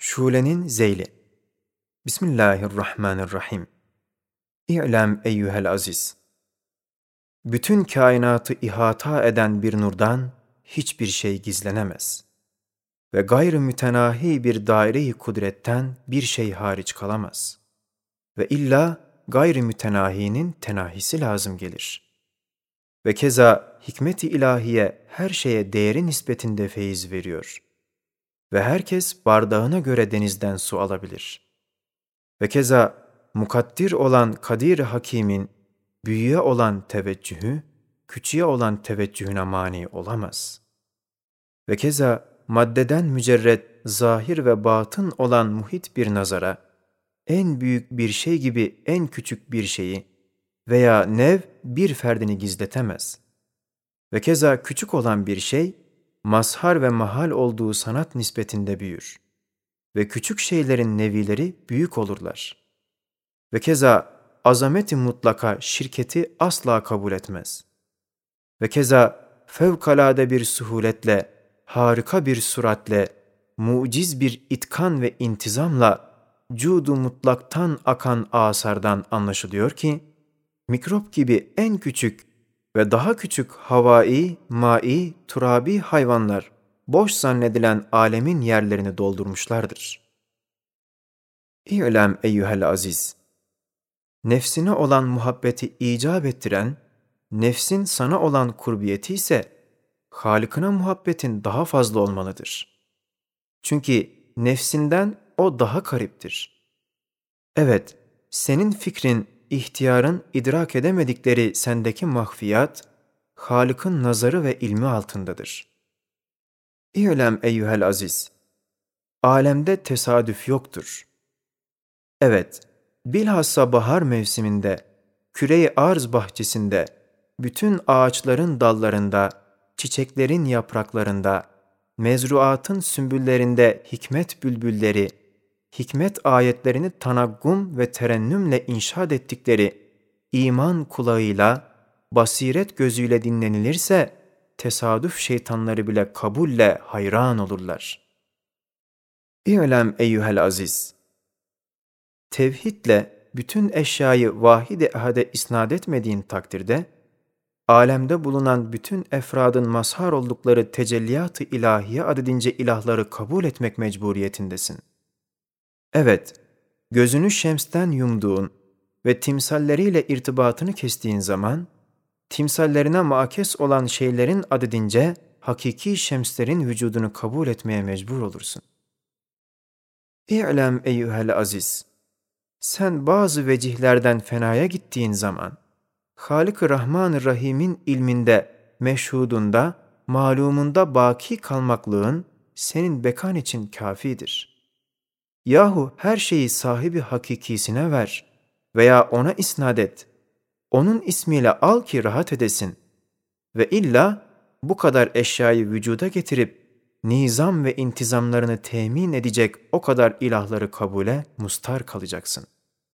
Şule'nin Zeyli. Bismillahirrahmanirrahim. İ'lem eyyuhel aziz. Bütün kainatı ihata eden bir nurdan hiçbir şey gizlenemez. Ve gayrı mütenahi bir daire-i kudretten bir şey hariç kalamaz. Ve illa gayrı mütenahinin tenahisi lazım gelir. Ve keza hikmet-i ilahiye her şeye değeri nispetinde feyiz veriyor. Ve herkes bardağına göre denizden su alabilir. Ve keza mukaddir olan Kadir-i Hakîm'in büyüye olan teveccühü, küçüğe olan teveccühüne mani olamaz. Ve keza maddeden mücerred, zahir ve batın olan muhit bir nazara, en büyük bir şey gibi en küçük bir şeyi veya nev bir ferdini gizletemez. Ve keza küçük olan bir şey, mazhar ve mahal olduğu sanat nispetinde büyür. Ve küçük şeylerin nevileri büyük olurlar. Ve keza azameti mutlaka şirketi asla kabul etmez. Ve keza fevkalade bir suhuletle, harika bir süratle, muciz bir itkan ve intizamla cudu mutlaktan akan asardan anlaşılıyor ki, mikrop gibi en küçük ve daha küçük havai, mai, turabi hayvanlar boş zannedilen alemin yerlerini doldurmuşlardır. İ'lem eyyuhel aziz. Nefsine olan muhabbeti icap ettiren, nefsin sana olan kurbiyeti ise, Halık'ına muhabbetin daha fazla olmalıdır. Çünkü nefsinden o daha kariptir. Evet, senin fikrin, ihtiyarın idrak edemedikleri sendeki mahfiyat, Halık'ın nazarı ve ilmi altındadır. İ'lem eyyuhel aziz. Alemde tesadüf yoktur. Evet, bilhassa bahar mevsiminde, küre-i arz bahçesinde, bütün ağaçların dallarında, çiçeklerin yapraklarında, mezruatın sümbüllerinde hikmet bülbülleri, hikmet ayetlerini tanaggum ve terennümle inşaat ettikleri iman kulağıyla, basiret gözüyle dinlenilirse, tesadüf şeytanları bile kabulle hayran olurlar. İ'lem eyyuhel aziz. Tevhidle bütün eşyayı vahid-i ehade isnat etmediğin takdirde, alemde bulunan bütün efradın mazhar oldukları tecelliyat-ı ilahiye adedince ilahları kabul etmek mecburiyetindesin. Evet, gözünü şemsten yumduğun ve timsalleriyle irtibatını kestiğin zaman, timsallerine makes olan şeylerin adedince hakiki şemslerin vücudunu kabul etmeye mecbur olursun. İ'lem eyyuhel aziz. Sen bazı vecihlerden fenaya gittiğin zaman, Hâlik-i Rahman-ı Rahim'in ilminde, meşhudunda, malumunda baki kalmaklığın senin bekan için kafidir. Yahu her şeyi sahibi hakikisine ver veya ona isnat et. Onun ismiyle al ki rahat edesin. Ve illa bu kadar eşyayı vücuda getirip, nizam ve intizamlarını temin edecek o kadar ilahları kabule mustar kalacaksın.